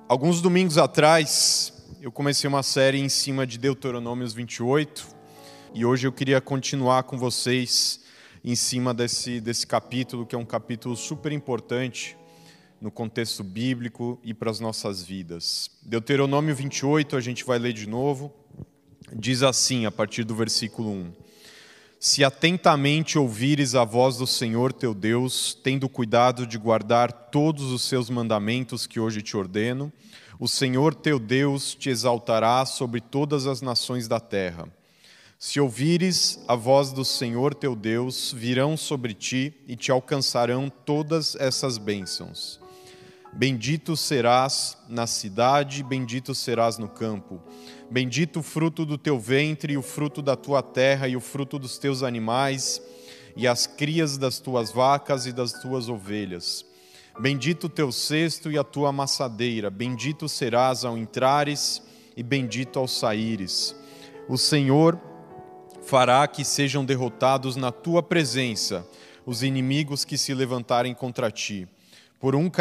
Alguns domingos atrás, eu comecei uma série em cima de Deuteronômios 28 e hoje eu queria continuar com vocês em cima desse capítulo, que é um capítulo super importante no contexto bíblico e para as nossas vidas. Deuteronômio 28, a gente vai ler de novo, diz assim, a partir do versículo 1. Se atentamente ouvires a voz do Senhor teu Deus, tendo cuidado de guardar todos os seus mandamentos que hoje te ordeno, o Senhor teu Deus te exaltará sobre todas as nações da terra. Se ouvires a voz do Senhor teu Deus, virão sobre ti e te alcançarão todas essas bênçãos. Bendito serás na cidade, bendito serás no campo. Bendito o fruto do teu ventre, e o fruto da tua terra, e o fruto dos teus animais, e as crias das tuas vacas e das tuas ovelhas. Bendito o teu cesto e a tua amassadeira, bendito serás ao entrares, e bendito ao saíres. O Senhor fará que sejam derrotados na tua presença os inimigos que se levantarem contra ti. Por um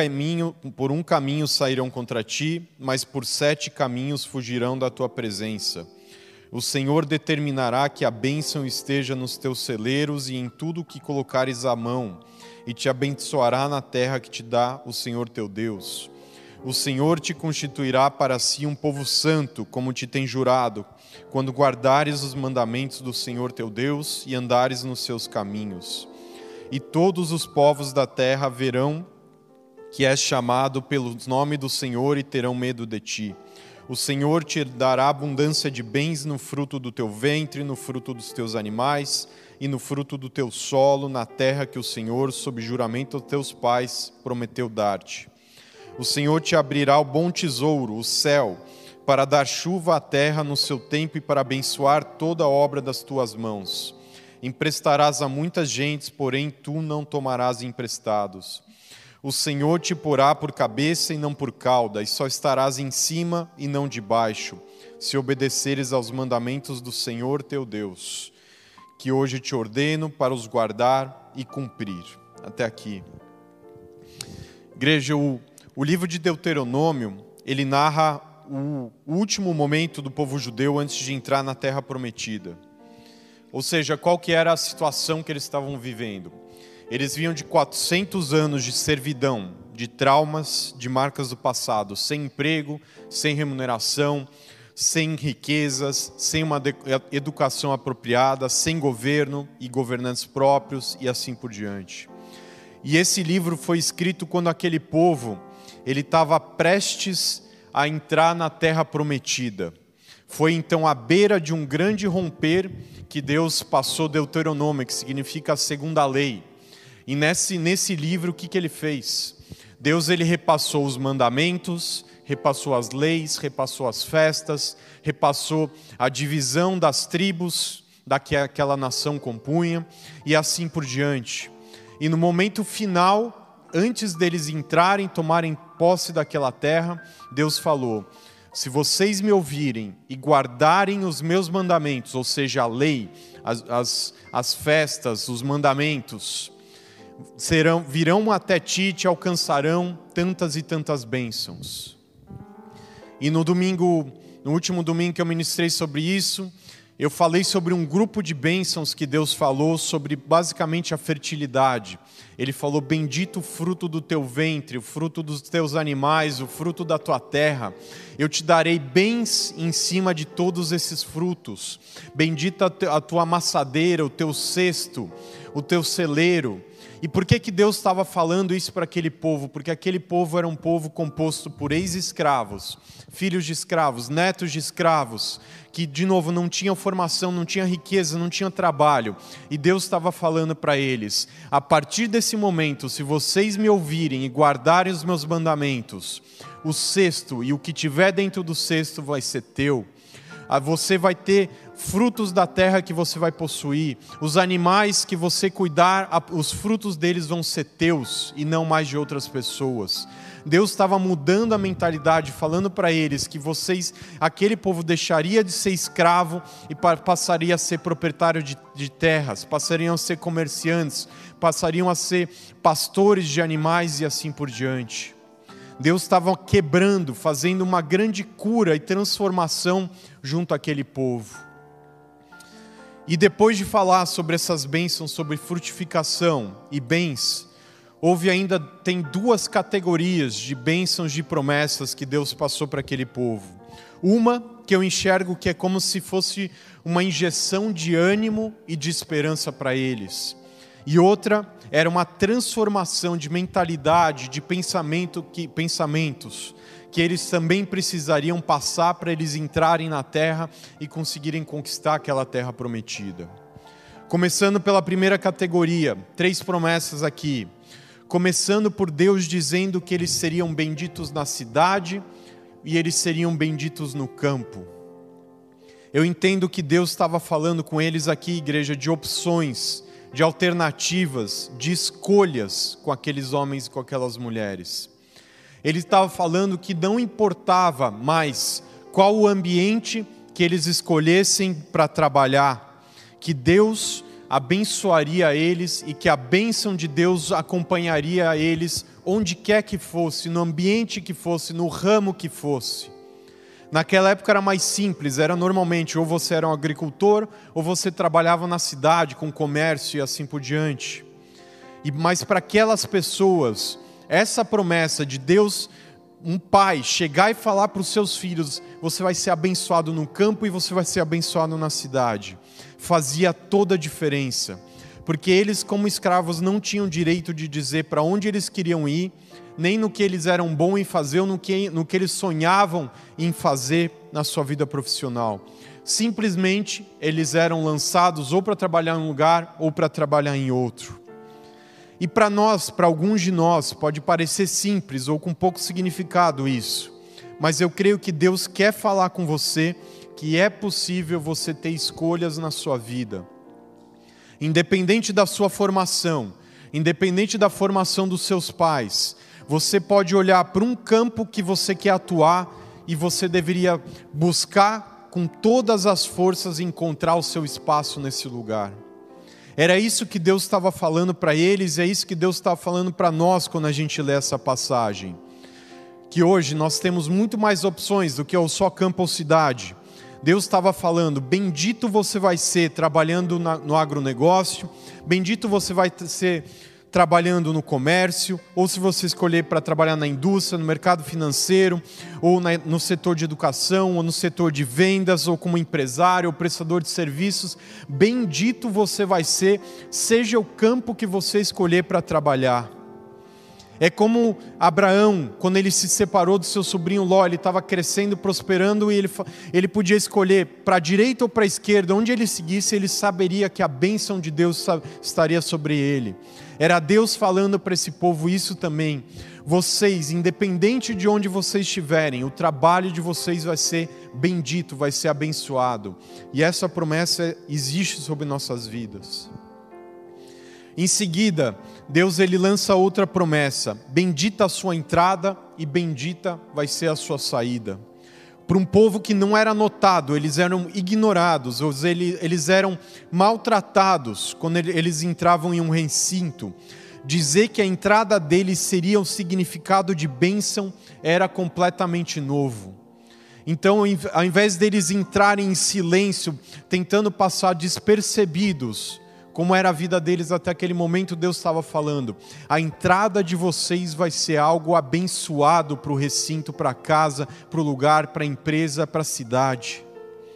caminho sairão contra ti, mas por 7 caminhos fugirão da tua presença. O Senhor determinará que a bênção esteja nos teus celeiros e em tudo o que colocares a mão, e te abençoará na terra que te dá o Senhor teu Deus. O Senhor te constituirá para si um povo santo, como te tem jurado, quando guardares os mandamentos do Senhor teu Deus e andares nos seus caminhos. E todos os povos da terra verão que és chamado pelo nome do Senhor e terão medo de ti. O Senhor te dará abundância de bens no fruto do teu ventre, no fruto dos teus animais e no fruto do teu solo, na terra que o Senhor, sob juramento aos teus pais, prometeu dar-te. O Senhor te abrirá o bom tesouro, o céu, para dar chuva à terra no seu tempo e para abençoar toda a obra das tuas mãos. Emprestarás a muitas gentes, porém tu não tomarás emprestados. O Senhor te porá por cabeça e não por cauda, e só estarás em cima e não debaixo, se obedeceres aos mandamentos do Senhor teu Deus, que hoje te ordeno para os guardar e cumprir. Até aqui. Igreja, o livro de Deuteronômio, ele narra o último momento do povo judeu antes de entrar na Terra Prometida. Ou seja, qual que era a situação que eles estavam vivendo? Eles vinham de 400 anos de servidão, de traumas, de marcas do passado, sem emprego, sem remuneração, sem riquezas, sem uma educação apropriada, sem governo e governantes próprios e assim por diante. E esse livro foi escrito quando aquele povo ele estava prestes a entrar na Terra Prometida. Foi então à beira de um grande romper que Deus passou Deuteronômio, que significa a segunda lei. E nesse livro, o que ele fez? Deus ele repassou os mandamentos, repassou as leis, repassou as festas, repassou a divisão das tribos da que aquela nação compunha, e assim por diante. E no momento final, antes deles entrarem, tomarem posse daquela terra, Deus falou: se vocês me ouvirem e guardarem os meus mandamentos, ou seja, a lei, as festas, os mandamentos, virão até ti e te alcançarão tantas e tantas bênçãos. E no último domingo que eu ministrei sobre isso, eu falei sobre um grupo de bênçãos que Deus falou sobre basicamente a fertilidade. Ele falou: bendito o fruto do teu ventre, o fruto dos teus animais, o fruto da tua terra. Eu te darei bens em cima de todos esses frutos. Bendita a tua amassadeira, o teu cesto, o teu celeiro. E por que Deus estava falando isso para aquele povo? Porque aquele povo era um povo composto por ex-escravos, filhos de escravos, netos de escravos, que de novo não tinham formação, não tinham riqueza, não tinham trabalho. E Deus estava falando para eles: a partir desse momento, se vocês me ouvirem e guardarem os meus mandamentos, o cesto e o que tiver dentro do cesto vai ser teu. Você vai ter frutos da terra que você vai possuir. Os animais que você cuidar, os frutos deles vão ser teus e não mais de outras pessoas. Deus estava mudando a mentalidade, falando para eles que aquele povo deixaria de ser escravo e passaria a ser proprietário de terras, passariam a ser comerciantes, passariam a ser pastores de animais e assim por diante. Deus estava quebrando, fazendo uma grande cura e transformação junto àquele povo. E depois de falar sobre essas bênçãos, sobre frutificação e bens, tem duas categorias de bênçãos, de promessas que Deus passou para aquele povo. Uma que eu enxergo que é como se fosse uma injeção de ânimo e de esperança para eles. E outra era uma transformação de mentalidade, de pensamentos que eles também precisariam passar para eles entrarem na terra e conseguirem conquistar aquela terra prometida. Começando pela primeira categoria, 3 promessas aqui. Começando por Deus dizendo que eles seriam benditos na cidade e eles seriam benditos no campo. Eu entendo que Deus estava falando com eles aqui, igreja, de opções, de alternativas, de escolhas com aqueles homens e com aquelas mulheres. Ele estava falando que não importava mais qual o ambiente que eles escolhessem para trabalhar, que Deus abençoaria eles e que a bênção de Deus acompanharia eles onde quer que fosse, no ambiente que fosse, no ramo que fosse. Naquela época era mais simples, era normalmente ou você era um agricultor ou você trabalhava na cidade com comércio e assim por diante. Mas para aquelas pessoas, essa promessa de Deus, um pai, chegar e falar para os seus filhos, você vai ser abençoado no campo e você vai ser abençoado na cidade, fazia toda a diferença. Porque eles, como escravos, não tinham direito de dizer para onde eles queriam ir, nem no que eles eram bons em fazer, ou no que eles sonhavam em fazer na sua vida profissional. Simplesmente, eles eram lançados ou para trabalhar em um lugar, ou para trabalhar em outro. E para nós, para alguns de nós, pode parecer simples ou com pouco significado isso. Mas eu creio que Deus quer falar com você que é possível você ter escolhas na sua vida. Independente da sua formação, independente da formação dos seus pais, você pode olhar para um campo que você quer atuar e você deveria buscar com todas as forças encontrar o seu espaço nesse lugar. Era isso que Deus estava falando para eles, é isso que Deus estava falando para nós quando a gente lê essa passagem. Que hoje nós temos muito mais opções do que o só campo ou cidade. Deus estava falando, bendito você vai ser trabalhando no agronegócio, bendito você vai ser trabalhando no comércio, ou se você escolher para trabalhar na indústria, no mercado financeiro, ou no setor de educação, ou no setor de vendas, ou como empresário, ou prestador de serviços, bendito você vai ser, seja o campo que você escolher para trabalhar. É como Abraão, quando ele se separou do seu sobrinho Ló, ele estava crescendo, prosperando, e ele podia escolher para a direita ou para a esquerda, onde ele seguisse, ele saberia que a bênção de Deus estaria sobre ele. Era Deus falando para esse povo isso também. Vocês, independente de onde vocês estiverem, o trabalho de vocês vai ser bendito, vai ser abençoado. E essa promessa existe sobre nossas vidas. Em seguida, Deus ele lança outra promessa: bendita a sua entrada e bendita vai ser a sua saída. Para um povo que não era notado, eles eram ignorados, eles eram maltratados quando eles entravam em um recinto. Dizer que a entrada deles seria o significado de bênção era completamente novo. Então, ao invés deles entrarem em silêncio, tentando passar despercebidos, como era a vida deles até aquele momento, Deus estava falando: a entrada de vocês vai ser algo abençoado para o recinto, para a casa, para o lugar, para a empresa, para a cidade.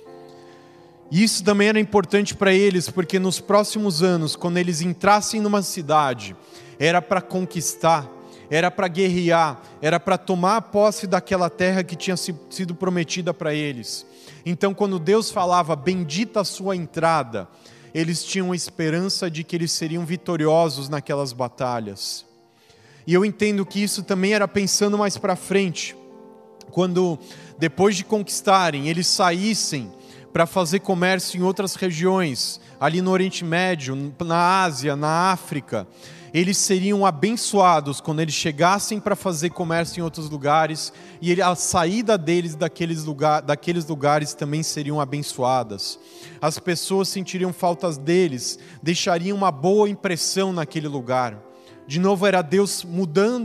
E isso também era importante para eles, porque nos próximos anos, quando eles entrassem numa cidade, era para conquistar, era para guerrear, era para tomar a posse daquela terra que tinha sido prometida para eles. Então, quando Deus falava, bendita a sua entrada, eles tinham esperança de que eles seriam vitoriosos naquelas batalhas. E eu entendo que isso também era pensando mais para frente, quando depois de conquistarem, eles saíssem para fazer comércio em outras regiões, ali no Oriente Médio, na Ásia, na África. Eles seriam abençoados quando eles chegassem para fazer comércio em outros lugares, e a saída deles daqueles lugares também seriam abençoadas. As pessoas sentiriam faltas deles, deixariam uma boa impressão naquele lugar. De novo, era Deus mudando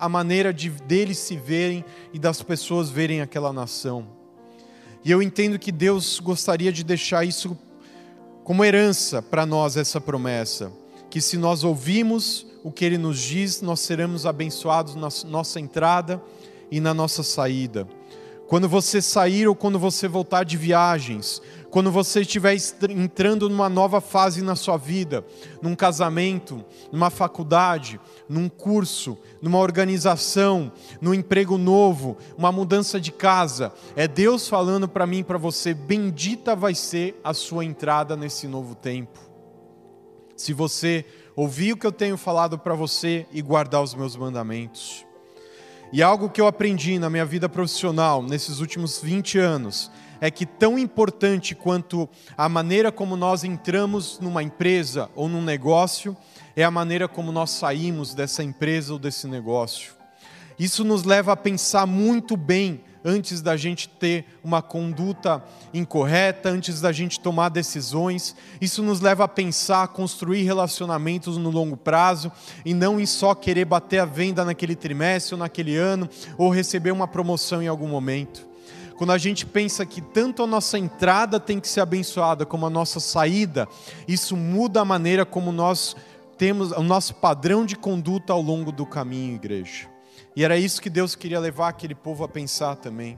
a maneira deles se verem e das pessoas verem aquela nação. E eu entendo que Deus gostaria de deixar isso como herança para nós, essa promessa, que se nós ouvirmos o que Ele nos diz, nós seremos abençoados na nossa entrada e na nossa saída. Quando você sair ou quando você voltar de viagens, quando você estiver entrando numa nova fase na sua vida, num casamento, numa faculdade, num curso, numa organização, num emprego novo, uma mudança de casa, é Deus falando para mim e para você: bendita vai ser a sua entrada nesse novo tempo. Se você ouvir o que eu tenho falado para você e guardar os meus mandamentos. E algo que eu aprendi na minha vida profissional nesses últimos 20 anos é que tão importante quanto a maneira como nós entramos numa empresa ou num negócio é a maneira como nós saímos dessa empresa ou desse negócio. Isso nos leva a pensar muito bem antes da gente ter uma conduta incorreta, antes da gente tomar decisões. Isso nos leva a pensar, a construir relacionamentos no longo prazo e não em só querer bater a venda naquele trimestre ou naquele ano ou receber uma promoção em algum momento. Quando a gente pensa que tanto a nossa entrada tem que ser abençoada como a nossa saída, isso muda a maneira como nós temos o nosso padrão de conduta ao longo do caminho, igreja. E era isso que Deus queria levar aquele povo a pensar também.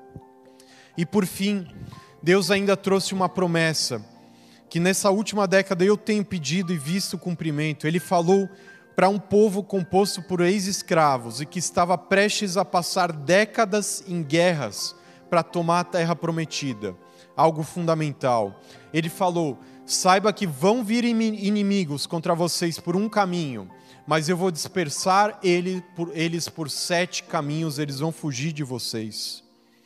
E por fim, Deus ainda trouxe uma promessa, que nessa última década eu tenho pedido e visto o cumprimento. Ele falou para um povo composto por ex-escravos e que estava prestes a passar décadas em guerras para tomar a terra prometida. Algo fundamental. Ele falou: saiba que vão vir inimigos contra vocês por um caminho, mas eu vou dispersar eles por 7 caminhos, eles vão fugir de vocês.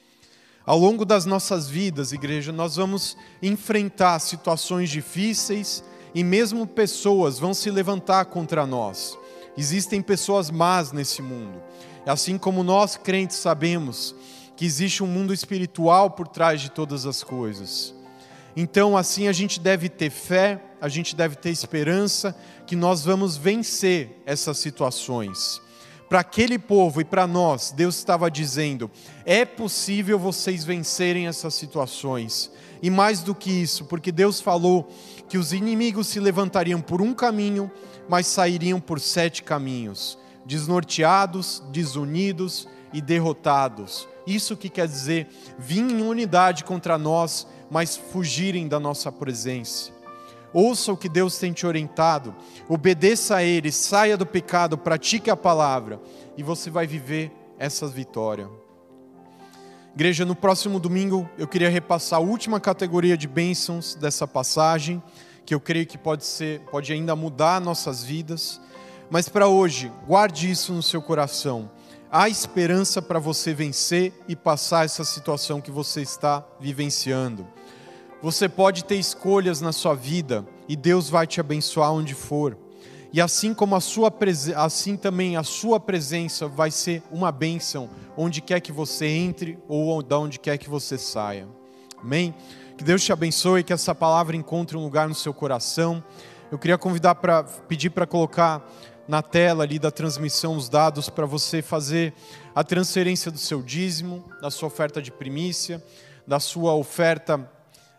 Ao longo das nossas vidas, igreja, nós vamos enfrentar situações difíceis e mesmo pessoas vão se levantar contra nós. Existem pessoas más nesse mundo. Assim como nós, crentes, sabemos que existe um mundo espiritual por trás de todas as coisas. Então, assim, a gente deve ter fé, a gente deve ter esperança que nós vamos vencer essas situações. Para aquele povo e para nós, Deus estava dizendo: é possível vocês vencerem essas situações. E mais do que isso, porque Deus falou que os inimigos se levantariam por um caminho, mas sairiam por 7 caminhos, desnorteados, desunidos e derrotados. Isso que quer dizer vir em unidade contra nós, mas fugirem da nossa presença. Ouça o que Deus tem te orientado, obedeça a Ele, saia do pecado, pratique a palavra e você vai viver essa vitória. Igreja, no próximo domingo eu queria repassar a última categoria de bênçãos dessa passagem, que eu creio que pode ainda mudar nossas vidas, mas para hoje, guarde isso no seu coração. Há esperança para você vencer e passar essa situação que você está vivenciando. Você pode ter escolhas na sua vida e Deus vai te abençoar onde for. E assim como assim também a sua presença vai ser uma bênção onde quer que você entre ou de onde quer que você saia. Amém? Que Deus te abençoe, que essa palavra encontre um lugar no seu coração. Eu queria pedir para colocar na tela ali da transmissão os dados para você fazer a transferência do seu dízimo, da sua oferta de primícia, da sua oferta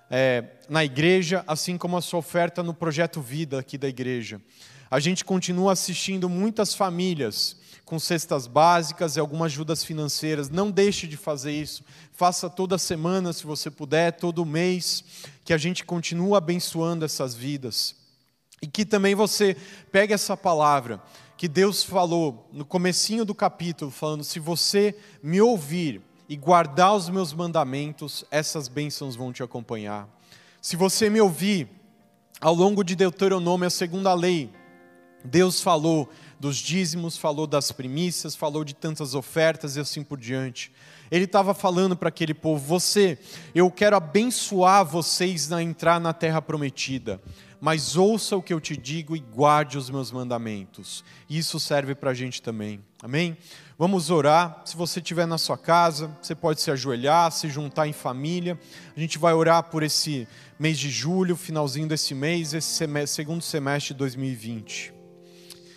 na igreja, assim como a sua oferta no Projeto Vida aqui da igreja. A gente continua assistindo muitas famílias com cestas básicas e algumas ajudas financeiras. Não deixe de fazer isso. Faça toda semana, se você puder, todo mês, que a gente continua abençoando essas vidas. E que também você pegue essa palavra que Deus falou no comecinho do capítulo, falando: se você me ouvir e guardar os meus mandamentos, essas bênçãos vão te acompanhar. Se você me ouvir, ao longo de Deuteronômio, a segunda lei, Deus falou dos dízimos, falou das primícias, falou de tantas ofertas e assim por diante. Ele estava falando para aquele povo: eu quero abençoar vocês a entrar na terra prometida, mas ouça o que eu te digo e guarde os meus mandamentos. Isso serve para a gente também, amém? Vamos orar. Se você estiver na sua casa, você pode se ajoelhar, se juntar em família. A gente vai orar por esse mês de julho, finalzinho desse mês, esse segundo semestre de 2020.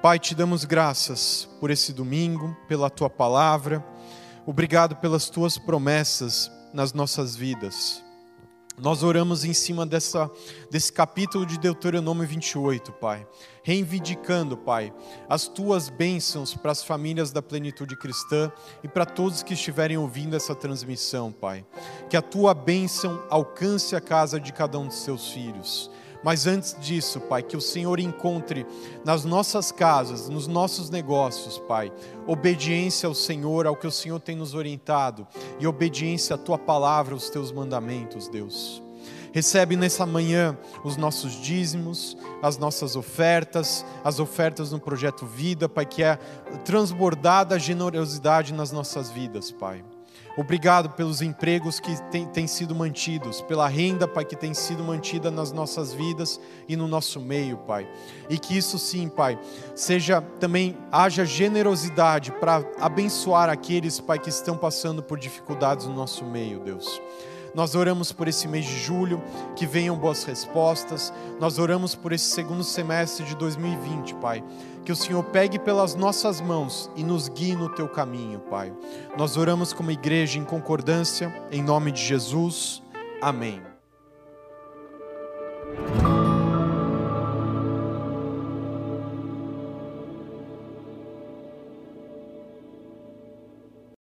Pai, te damos graças por esse domingo, pela tua palavra. Obrigado pelas tuas promessas nas nossas vidas. Nós oramos em cima desse capítulo de Deuteronômio 28, Pai. Reivindicando, Pai, as tuas bênçãos para as famílias da Plenitude Cristã e para todos que estiverem ouvindo essa transmissão, Pai. Que a tua bênção alcance a casa de cada um de seus filhos. Mas antes disso, Pai, que o Senhor encontre nas nossas casas, nos nossos negócios, Pai, obediência ao Senhor, ao que o Senhor tem nos orientado, e obediência à Tua palavra, aos Teus mandamentos, Deus. Recebe nessa manhã os nossos dízimos, as nossas ofertas, as ofertas no Projeto Vida, Pai, que é transbordada a generosidade nas nossas vidas, Pai. Obrigado pelos empregos que têm sido mantidos, pela renda, Pai, que tem sido mantida nas nossas vidas e no nosso meio, Pai. E que isso sim, Pai, haja generosidade para abençoar aqueles, Pai, que estão passando por dificuldades no nosso meio, Deus. Nós oramos por esse mês de julho, que venham boas respostas. Nós oramos por esse segundo semestre de 2020, Pai. Que o Senhor pegue pelas nossas mãos e nos guie no Teu caminho, Pai. Nós oramos como igreja em concordância, em nome de Jesus. Amém.